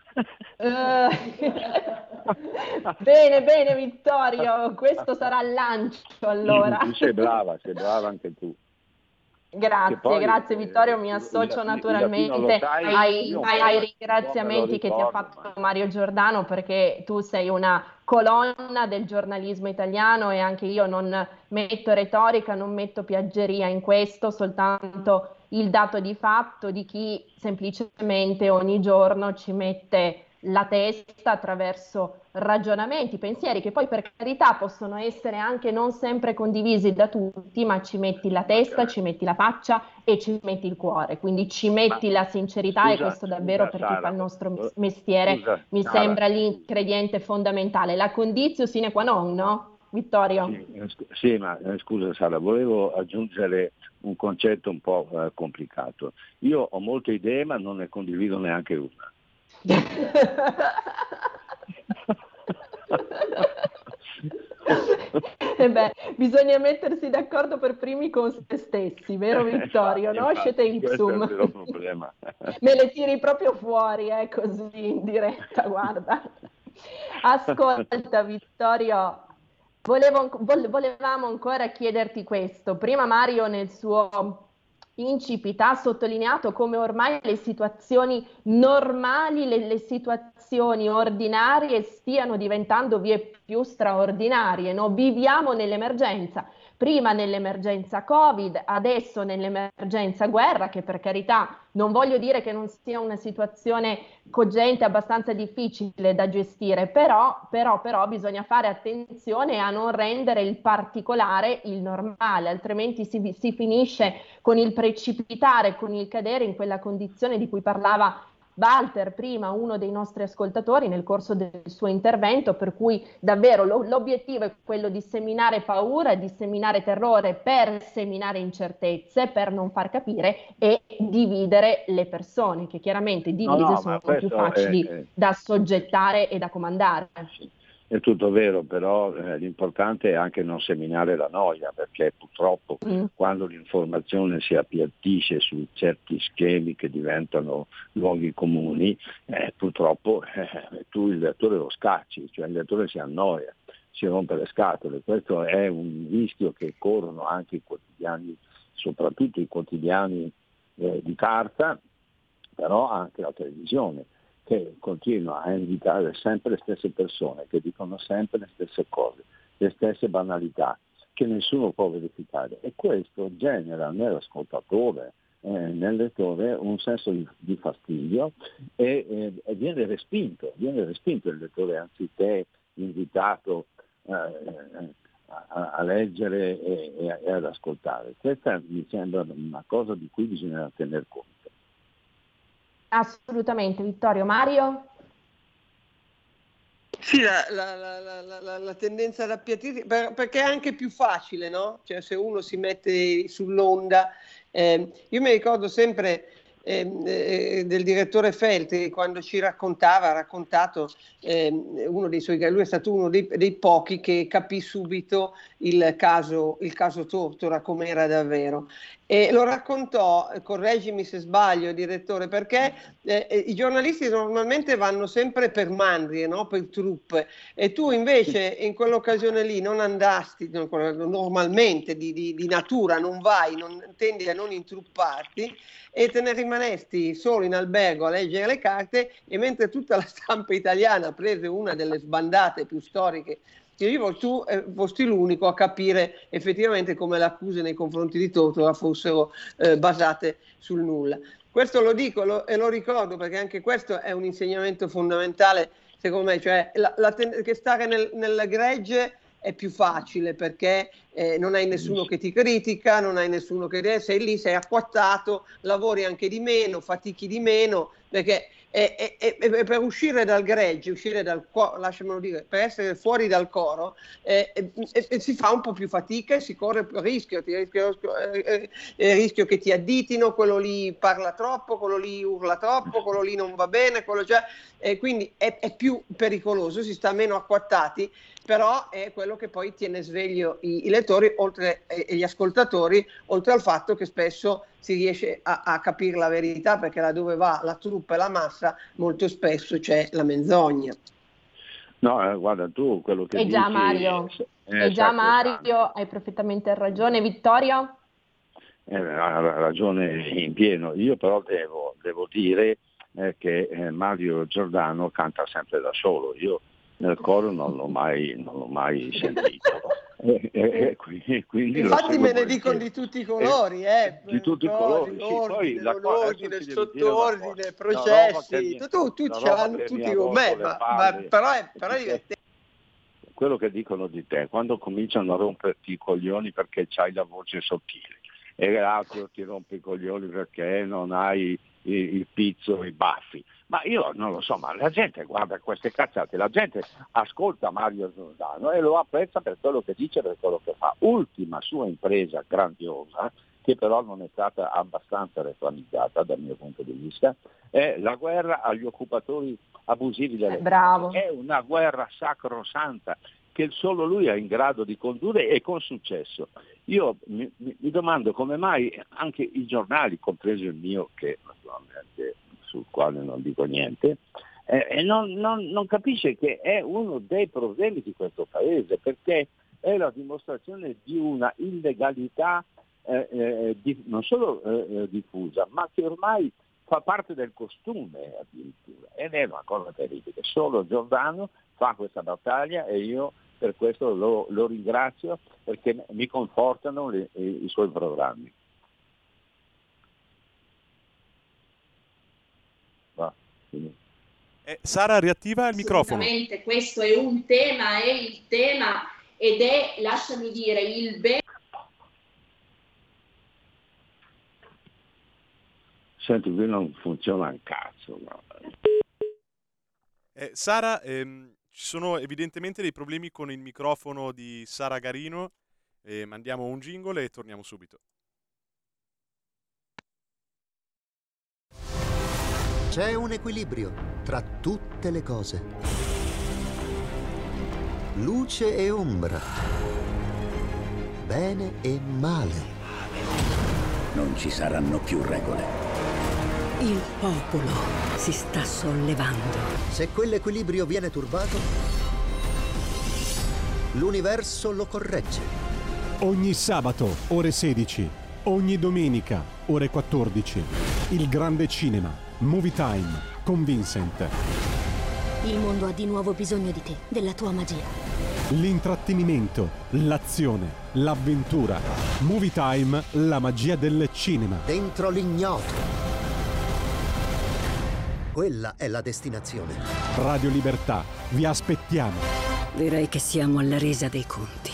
Bene Vittorio, questo sarà il lancio allora. Tu sei brava anche tu. Grazie Vittorio, mi associo naturalmente ai ringraziamenti che ti ha fatto Mario Giordano, perché tu sei una colonna del giornalismo italiano, e anche io non metto retorica, non metto piaggeria in questo, soltanto il dato di fatto di chi semplicemente ogni giorno ci mette la testa attraverso ragionamenti, pensieri che poi per carità possono essere anche non sempre condivisi da tutti, ma ci metti la testa, ci metti la faccia e ci metti il cuore, quindi ci metti la sincerità, e questo davvero per chi fa il nostro mestiere mi sembra l'ingrediente fondamentale, la conditio sine qua non, no? Vittorio? Sì, ma scusa Sara, volevo aggiungere un concetto un po' complicato. Io ho molte idee, ma non ne condivido neanche una. Bisogna mettersi d'accordo per primi con se stessi, vero Vittorio? No? Scete ipsum. Questo è il vero problema. Me le tiri proprio fuori, così in diretta, guarda. Ascolta Vittorio, volevamo ancora chiederti questo. Prima Mario nel suo incipit ha sottolineato come ormai le situazioni normali, le situazioni ordinarie stiano diventando vie più straordinarie, no? Viviamo nell'emergenza, prima nell'emergenza Covid, adesso nell'emergenza guerra, che per carità non voglio dire che non sia una situazione cogente, abbastanza difficile da gestire, però bisogna fare attenzione a non rendere il particolare il normale, altrimenti si finisce con il precipitare, con il cadere in quella condizione di cui parlava Walter prima, uno dei nostri ascoltatori, nel corso del suo intervento, per cui davvero l'obiettivo è quello di seminare paura, di seminare terrore per seminare incertezze, per non far capire e dividere le persone, che chiaramente divise sono più facili da assoggettare e da comandare. Sì. È tutto vero, però l'importante è anche non seminare la noia, perché purtroppo quando l'informazione si appiattisce su certi schemi che diventano luoghi comuni, purtroppo tu il lettore lo scacci, cioè il lettore si annoia, si rompe le scatole. Questo è un rischio che corrono anche i quotidiani, soprattutto i quotidiani di carta, però anche la televisione, che continua a invitare sempre le stesse persone, che dicono sempre le stesse cose, le stesse banalità, che nessuno può verificare. E questo genera nell'ascoltatore, nel lettore, un senso di fastidio e viene respinto il lettore, anziché invitato a leggere e ad ascoltare. Questa mi sembra una cosa di cui bisogna tener conto. Assolutamente. Vittorio, Mario? Sì, la tendenza ad appiattirsi, perché è anche più facile, no? Cioè, se uno si mette sull'onda. Io mi ricordo sempre del direttore Feltri, quando ci ha raccontato uno dei suoi, lui è stato uno dei pochi che capì subito il caso Tortora com'era davvero, e lo raccontò, correggimi se sbaglio direttore, perché i giornalisti normalmente vanno sempre per mandrie, no? Per truppe, e tu invece in quell'occasione lì non andasti, normalmente di natura non vai, tendi a non intrupparti e te ne rimanesti solo in albergo a leggere le carte, e mentre tutta la stampa italiana prese una delle sbandate più storiche, tu fosti l'unico a capire effettivamente come le accuse nei confronti di Tortora fossero basate sul nulla. Questo lo dico e lo ricordo perché anche questo è un insegnamento fondamentale, secondo me, cioè che stare nel gregge è più facile perché non hai nessuno che ti critica, non hai nessuno che sei lì, sei acquattato, lavori anche di meno, fatichi di meno, perché per uscire dal gregge, lasciamelo dire, per essere fuori dal coro, si fa un po' più fatica e si corre più rischio che ti additino, quello lì parla troppo, quello lì urla troppo, quello lì non va bene, quindi è più pericoloso, si sta meno acquattati, però è quello che poi tiene sveglio i lettori e gli ascoltatori, oltre al fatto che spesso si riesce a capire la verità, perché laddove va la truppa e la massa molto spesso c'è la menzogna. No, guarda, tu quello che dici... Mario, Mario, hai perfettamente ragione. Vittorio? Ha ragione in pieno. Io però devo dire che Mario Giordano canta sempre da solo. Io nel coro non l'ho mai sentito. Quindi infatti me ne dicono di tutti i colori, di tutti i colori, sì. Poi l'ordine, sottoordine, processi, tutti ce l'hanno tutti con me, però è divertente. Quello che dicono di te, quando cominciano a romperti i coglioni perché c'hai la voce sottile e l'altro ti rompe i coglioni perché non hai il pizzo, i baffi. Ma io non lo so, ma la gente guarda queste cazzate, la gente ascolta Mario Giordano e lo apprezza per quello che dice, per quello che fa. Ultima sua impresa grandiosa, che però non è stata abbastanza reclamizzata dal mio punto di vista, è la guerra agli occupatori abusivi delle bravo. È una guerra sacrosanta che solo lui è in grado di condurre e con successo. Io mi domando come mai anche i giornali, compreso il mio, che naturalmente sul quale non dico niente, non capisce che è uno dei problemi di questo paese, perché è la dimostrazione di una illegalità non solo diffusa, ma che ormai fa parte del costume addirittura, ed è una cosa terribile. Solo Giordano fa questa battaglia e io per questo lo ringrazio, perché mi confortano i suoi programmi. Sara, riattiva il microfono. Assolutamente, questo è un tema, è il tema ed è, lasciami dire, il bene. Senti, qui non funziona un cazzo. No. Sara, ci sono evidentemente dei problemi con il microfono di Sara Garino. Mandiamo un jingle e torniamo subito. C'è un equilibrio tra tutte le cose. Luce e ombra. Bene e male. Non ci saranno più regole. Il popolo si sta sollevando. Se quell'equilibrio viene turbato, l'universo lo corregge. Ogni sabato, ore 16. Ogni domenica, ore 14. Il grande cinema. Movie Time con Vincent. Il mondo ha di nuovo bisogno di te, della tua magia. L'intrattenimento, l'azione, l'avventura. Movie Time, la magia del cinema. Dentro l'ignoto. Quella è la destinazione. Radio Libertà, vi aspettiamo. Direi che siamo alla resa dei conti.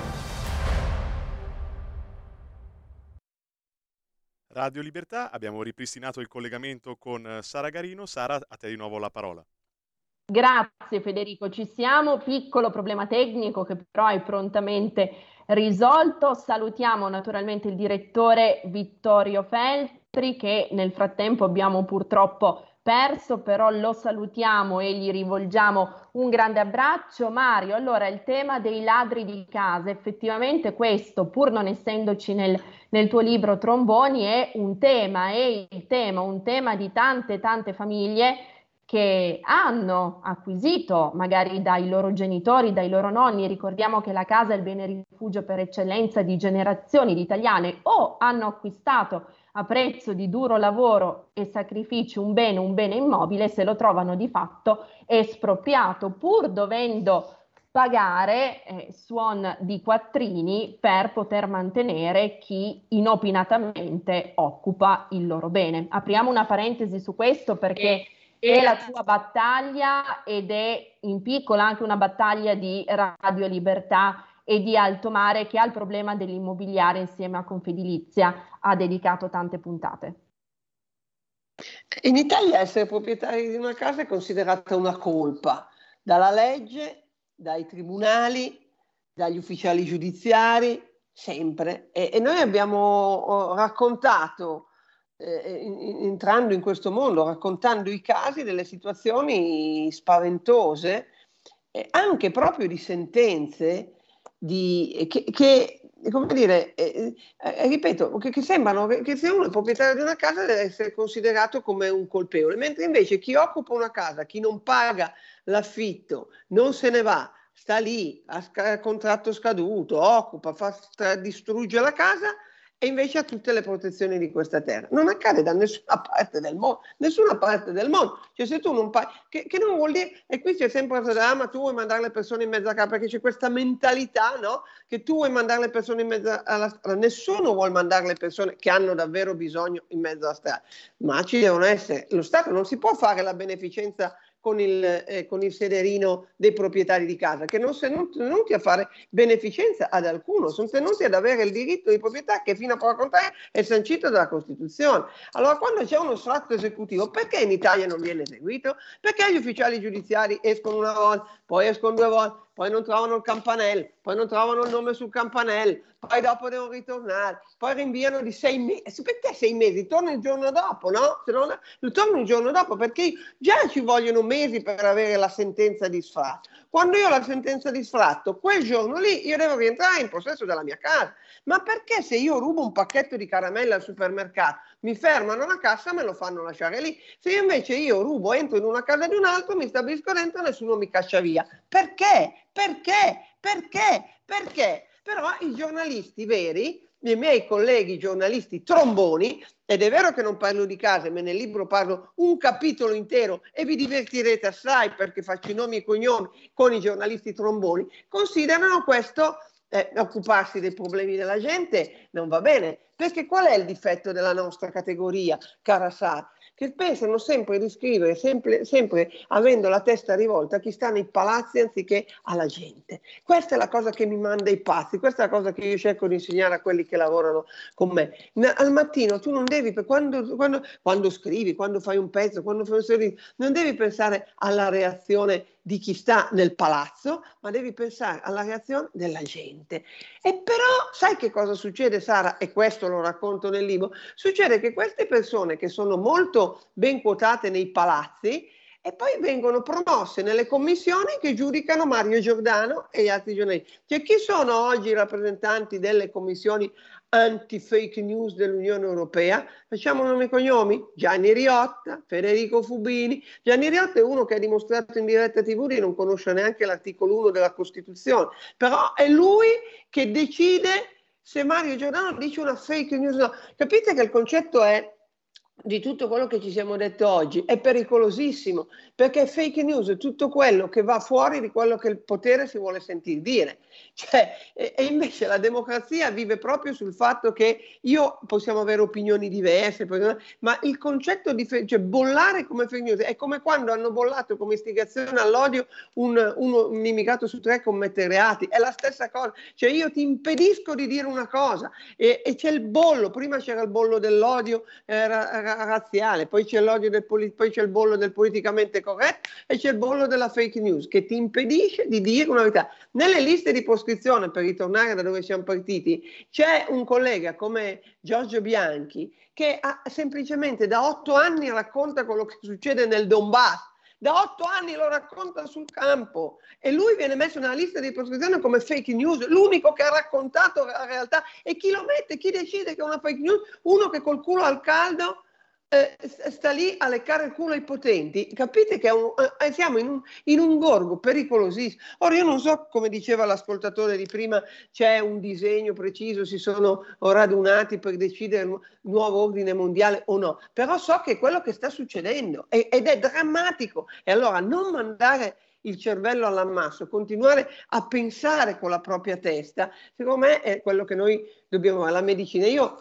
Radio Libertà, abbiamo ripristinato il collegamento con Sara Garino. Sara, a te di nuovo la parola. Grazie Federico, ci siamo, piccolo problema tecnico che però hai prontamente risolto. Salutiamo naturalmente il direttore Vittorio Feltri che nel frattempo abbiamo purtroppo perso, però lo salutiamo e gli rivolgiamo un grande abbraccio. Mario, allora il tema dei ladri di casa, effettivamente questo, pur non essendoci nel tuo libro Tromboni, è un tema di tante famiglie che hanno acquisito magari dai loro genitori, dai loro nonni. Ricordiamo che la casa è il bene rifugio per eccellenza di generazioni di italiane, o hanno acquistato a prezzo di duro lavoro e sacrifici un bene immobile, se lo trovano di fatto espropriato, pur dovendo pagare suon di quattrini per poter mantenere chi inopinatamente occupa il loro bene. Apriamo una parentesi su questo perché è la tua battaglia ed è in piccola anche una battaglia di Radio Libertà e di Alto Mare, che al problema dell'immobiliare insieme a Confedilizia ha dedicato tante puntate. In Italia essere proprietari di una casa è considerata una colpa dalla legge, dai tribunali, dagli ufficiali giudiziari, sempre. E noi abbiamo raccontato, entrando in questo mondo, raccontando i casi delle situazioni spaventose, anche proprio di sentenze che come dire, ripeto, che sembrano che se uno è proprietario di una casa deve essere considerato come un colpevole, mentre invece chi occupa una casa, chi non paga l'affitto, non se ne va, sta lì, ha contratto scaduto, occupa, distrugge la casa e invece ha tutte le protezioni di questa terra. Non accade da nessuna parte del mondo, Cioè se tu non paghi, che non vuol dire, e qui c'è sempre la ma tu vuoi mandare le persone in mezzo a casa, perché c'è questa mentalità, no? Che tu vuoi mandare le persone in mezzo alla strada. Nessuno vuole mandare le persone che hanno davvero bisogno in mezzo alla strada, ma ci devono essere, lo Stato non si può fare la beneficenza con il sederino dei proprietari di casa, che non sono tenuti a fare beneficenza ad alcuno, sono tenuti ad avere il diritto di proprietà che fino a poco tempo è sancito dalla Costituzione. Allora, quando c'è uno strato esecutivo, perché in Italia non viene eseguito? Perché gli ufficiali giudiziari escono una volta, poi escono 2 volte, poi non trovano il campanello, poi non trovano il nome sul campanello, poi dopo devono ritornare, poi rinviano di 6 mesi. Perché 6 mesi? Torno il giorno dopo, no? Se non, torno il giorno dopo, perché già ci vogliono mesi per avere la sentenza di sfratto. Quando io ho la sentenza di sfratto, quel giorno lì io devo rientrare in possesso della mia casa. Ma perché se io rubo un pacchetto di caramelle al supermercato, mi fermano alla cassa e me lo fanno lasciare lì? Se invece io rubo, entro in una casa di un altro, mi stabilisco dentro e nessuno mi caccia via. Perché? Perché? Però i giornalisti veri i miei colleghi giornalisti tromboni, ed è vero che non parlo di case, ma nel libro parlo un capitolo intero e vi divertirete assai perché faccio i nomi e cognomi con i giornalisti tromboni, considerano questo occuparsi dei problemi della gente non va bene, perché qual è il difetto della nostra categoria, cara Sara? Che pensano sempre di scrivere, sempre avendo la testa rivolta a chi sta nei palazzi anziché alla gente. Questa è la cosa che mi manda i pazzi, questa è la cosa che io cerco di insegnare a quelli che lavorano con me. Al mattino tu non devi, quando scrivi, quando fai un pezzo, quando fai un servizio, non devi pensare alla reazione di chi sta nel palazzo, ma devi pensare alla reazione della gente. E però sai che cosa succede, Sara? E questo lo racconto nel libro. Succede che queste persone che sono molto ben quotate nei palazzi e poi vengono promosse nelle commissioni che giudicano Mario Giordano e gli altri giornalisti. Cioè, chi sono oggi i rappresentanti delle commissioni anti-fake news dell'Unione Europea? Facciamo nomi e cognomi? Gianni Riotta, Federico Fubini. Gianni Riotta è uno che ha dimostrato in diretta TV di non conoscere neanche l'articolo 1 della Costituzione, però è lui che decide se Mario Giordano dice una fake news o no. Capite che il concetto è di tutto quello che ci siamo detto oggi è pericolosissimo, perché fake news è tutto quello che va fuori di quello che il potere si vuole sentir dire. Cioè, e invece la democrazia vive proprio sul fatto che possiamo avere opinioni diverse, ma il concetto di cioè bollare come fake news è come quando hanno bollato come istigazione all'odio un immigrato su 3 commette reati, è la stessa cosa. Cioè io ti impedisco di dire una cosa e c'è il bollo, prima c'era il bollo dell'odio razziale, poi c'è l'odio poi c'è il bollo del politicamente corretto e c'è il bollo della fake news che ti impedisce di dire una verità. Nelle liste di proscrizione, per ritornare da dove siamo partiti, c'è un collega come Giorgio Bianchi che semplicemente da 8 anni racconta quello che succede nel Donbass. Da 8 anni lo racconta sul campo e lui viene messo nella lista di proscrizione come fake news, l'unico che ha raccontato la realtà. E chi lo mette? Chi decide che è una fake news? Uno che col culo al caldo sta lì a leccare il culo ai potenti. Capite che siamo in un gorgo pericolosissimo. Ora io non so, come diceva l'ascoltatore di prima, c'è un disegno preciso, si sono radunati per decidere il nuovo ordine mondiale o no, però so che è quello che sta succedendo ed è drammatico. E allora non mandare il cervello all'ammasso, continuare a pensare con la propria testa, secondo me è quello che noi dobbiamo fare. La medicina, io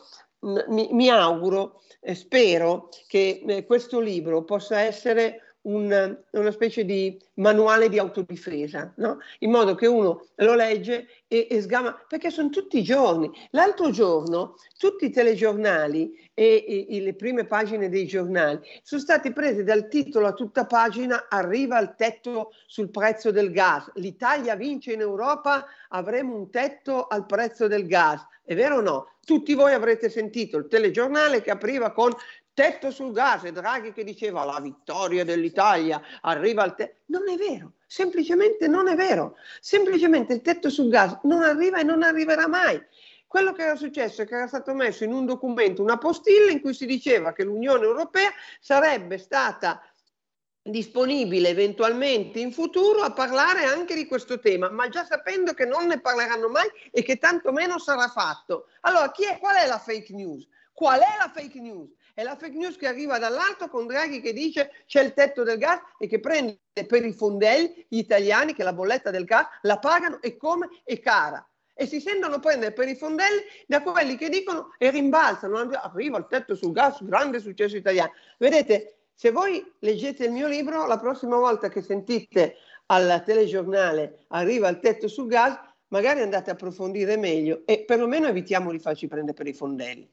mi auguro, spero che questo libro possa essere una specie di manuale di autodifesa, no? In modo che uno lo legge e sgama, perché sono tutti i giorni. L'altro giorno tutti i telegiornali e le prime pagine dei giornali sono stati presi dal titolo a tutta pagina: arriva il tetto sul prezzo del gas, l'Italia vince in Europa, avremo un tetto al prezzo del gas. È vero o no? Tutti voi avrete sentito il telegiornale che apriva con tetto sul gas e Draghi che diceva la vittoria dell'Italia, arriva il tetto. Non è vero, semplicemente non è vero. Semplicemente il tetto sul gas non arriva e non arriverà mai. Quello che era successo è che era stato messo in un documento una postilla in cui si diceva che l'Unione Europea sarebbe stata disponibile eventualmente in futuro a parlare anche di questo tema, ma già sapendo che non ne parleranno mai e che tanto meno sarà fatto. Allora, qual è la fake news? Qual è la fake news? È la fake news che arriva dall'alto con Draghi che dice c'è il tetto del gas e che prende per i fondelli gli italiani che la bolletta del gas la pagano e come è cara. E si sentono prendere per i fondelli da quelli che dicono e rimbalzano, arriva il tetto sul gas, grande successo italiano. Vedete, se voi leggete il mio libro, la prossima volta che sentite al telegiornale arriva il tetto sul gas, magari andate a approfondire meglio e perlomeno evitiamo di farci prendere per i fondelli.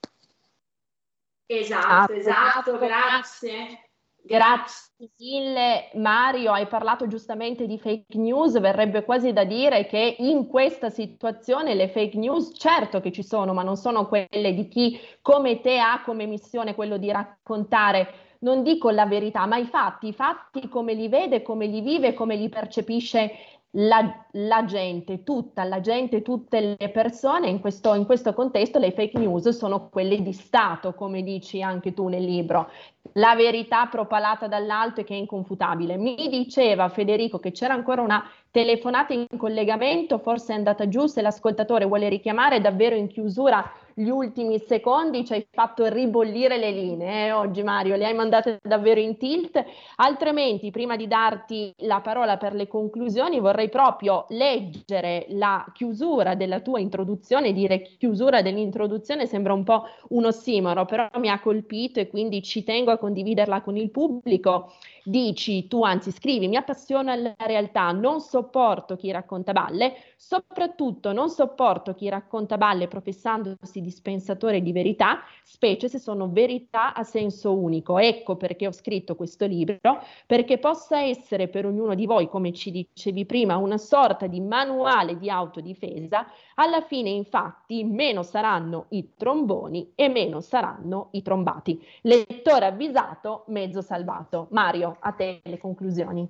Esatto, grazie. Grazie mille Mario, hai parlato giustamente di fake news, verrebbe quasi da dire che in questa situazione le fake news certo che ci sono, ma non sono quelle di chi come te ha come missione quello di raccontare, non dico la verità, ma i fatti come li vede, come li vive, come li percepisce la gente, tutte le persone. In questo contesto le fake news sono quelle di Stato, come dici anche tu nel libro, la verità propalata dall'alto e che è inconfutabile. Mi diceva Federico che c'era ancora una telefonata in collegamento, forse è andata giù, se l'ascoltatore vuole richiamare, davvero in chiusura gli ultimi secondi, ci hai fatto ribollire le linee oggi, Mario, le hai mandate davvero in tilt. Altrimenti, prima di darti la parola per le conclusioni, vorrei proprio leggere la chiusura della tua introduzione. Dire chiusura dell'introduzione sembra un po' un ossimoro, però mi ha colpito e quindi ci tengo a condividerla con il pubblico. Dici, tu anzi scrivi, mi appassiona la realtà, non sopporto chi racconta balle, soprattutto non sopporto chi racconta balle professandosi dispensatore di verità, specie se sono verità a senso unico. Ecco perché ho scritto questo libro, perché possa essere per ognuno di voi, come ci dicevi prima, una sorta di manuale di autodifesa. Alla fine, infatti, meno saranno i tromboni e meno saranno i trombati. Lettore avvisato, mezzo salvato. Mario, a te le conclusioni.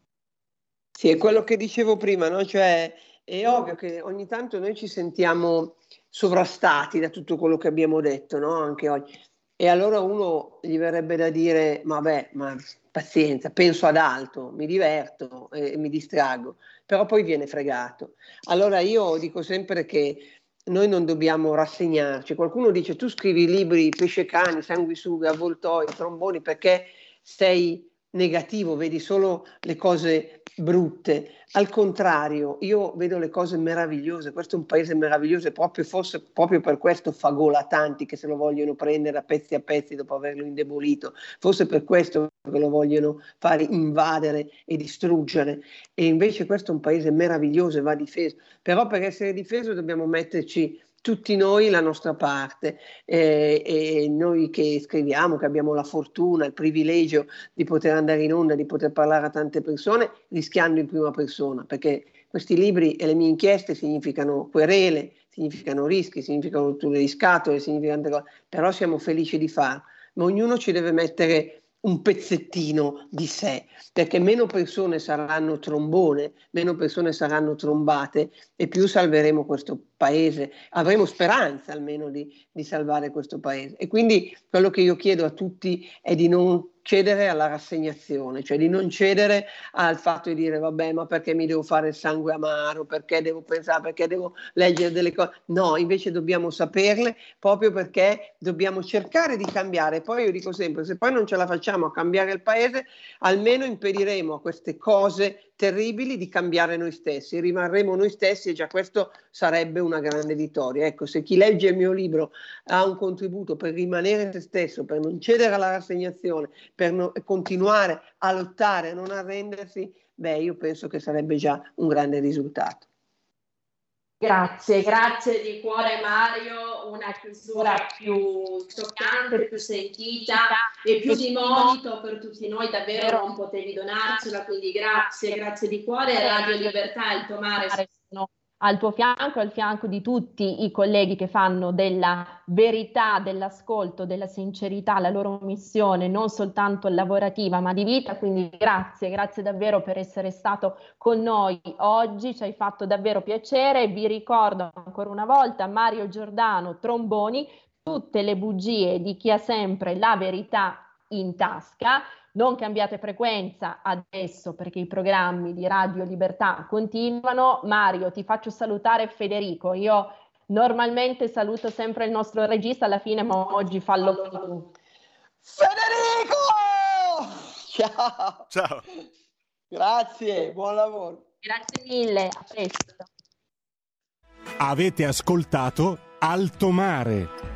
Sì, è quello che dicevo prima, no? Cioè, è ovvio che ogni tanto noi ci sentiamo sovrastati da tutto quello che abbiamo detto, no? Anche oggi. E allora uno gli verrebbe da dire, vabbè, ma pazienza, penso ad altro, mi diverto e mi distraggo, però poi viene fregato. Allora io dico sempre che noi non dobbiamo rassegnarci. Qualcuno dice, tu scrivi libri pescecani, sanguisughe, avvoltoi, tromboni, perché sei negativo, vedi solo le cose brutte. Al contrario, io vedo le cose meravigliose. Questo è un paese meraviglioso e forse proprio per questo fa gola a tanti che se lo vogliono prendere a pezzi dopo averlo indebolito. Forse per questo che lo vogliono fare invadere e distruggere. E invece questo è un paese meraviglioso e va difeso. Però per essere difeso dobbiamo metterci tutti noi la nostra parte, e noi che scriviamo, che abbiamo la fortuna, il privilegio di poter andare in onda, di poter parlare a tante persone, rischiando in prima persona, perché questi libri e le mie inchieste significano querele, significano rischi, significano rotture di scatole, significano tante cose, però siamo felici di farlo, ma ognuno ci deve mettere un pezzettino di sé, perché meno persone saranno trombone, meno persone saranno trombate e più salveremo questo paese, avremo speranza almeno di salvare questo paese. E quindi quello che io chiedo a tutti è di non cedere alla rassegnazione, cioè di non cedere al fatto di dire vabbè, ma perché mi devo fare il sangue amaro, perché devo pensare, perché devo leggere delle cose. No, invece dobbiamo saperle, proprio perché dobbiamo cercare di cambiare. Poi io dico sempre, se poi non ce la facciamo a cambiare il paese, almeno impediremo a queste cose terribili di cambiare noi stessi, rimarremo noi stessi e già questo sarebbe una grande vittoria. Ecco, se chi legge il mio libro ha un contributo per rimanere se stesso, per non cedere alla rassegnazione, per continuare a lottare, a non arrendersi, beh, io penso che sarebbe già un grande risultato. Grazie di cuore Mario, una chiusura più toccante, più sentita e più di monito per tutti noi, davvero non potevi donarcela, quindi grazie di cuore. Radio Libertà e il tuo mare sono al tuo fianco, al fianco di tutti i colleghi che fanno della verità, dell'ascolto, della sincerità la loro missione, non soltanto lavorativa ma di vita, quindi grazie davvero per essere stato con noi oggi, ci hai fatto davvero piacere. Vi ricordo ancora una volta Mario Giordano, tromboni, tutte le bugie di chi ha sempre la verità in tasca. Non cambiate frequenza adesso perché i programmi di Radio Libertà continuano. Mario, ti faccio salutare Federico. Io normalmente saluto sempre il nostro regista alla fine, ma oggi fallo tu. Federico! Ciao. Grazie, buon lavoro. Grazie mille, a presto. Avete ascoltato Alto Mare.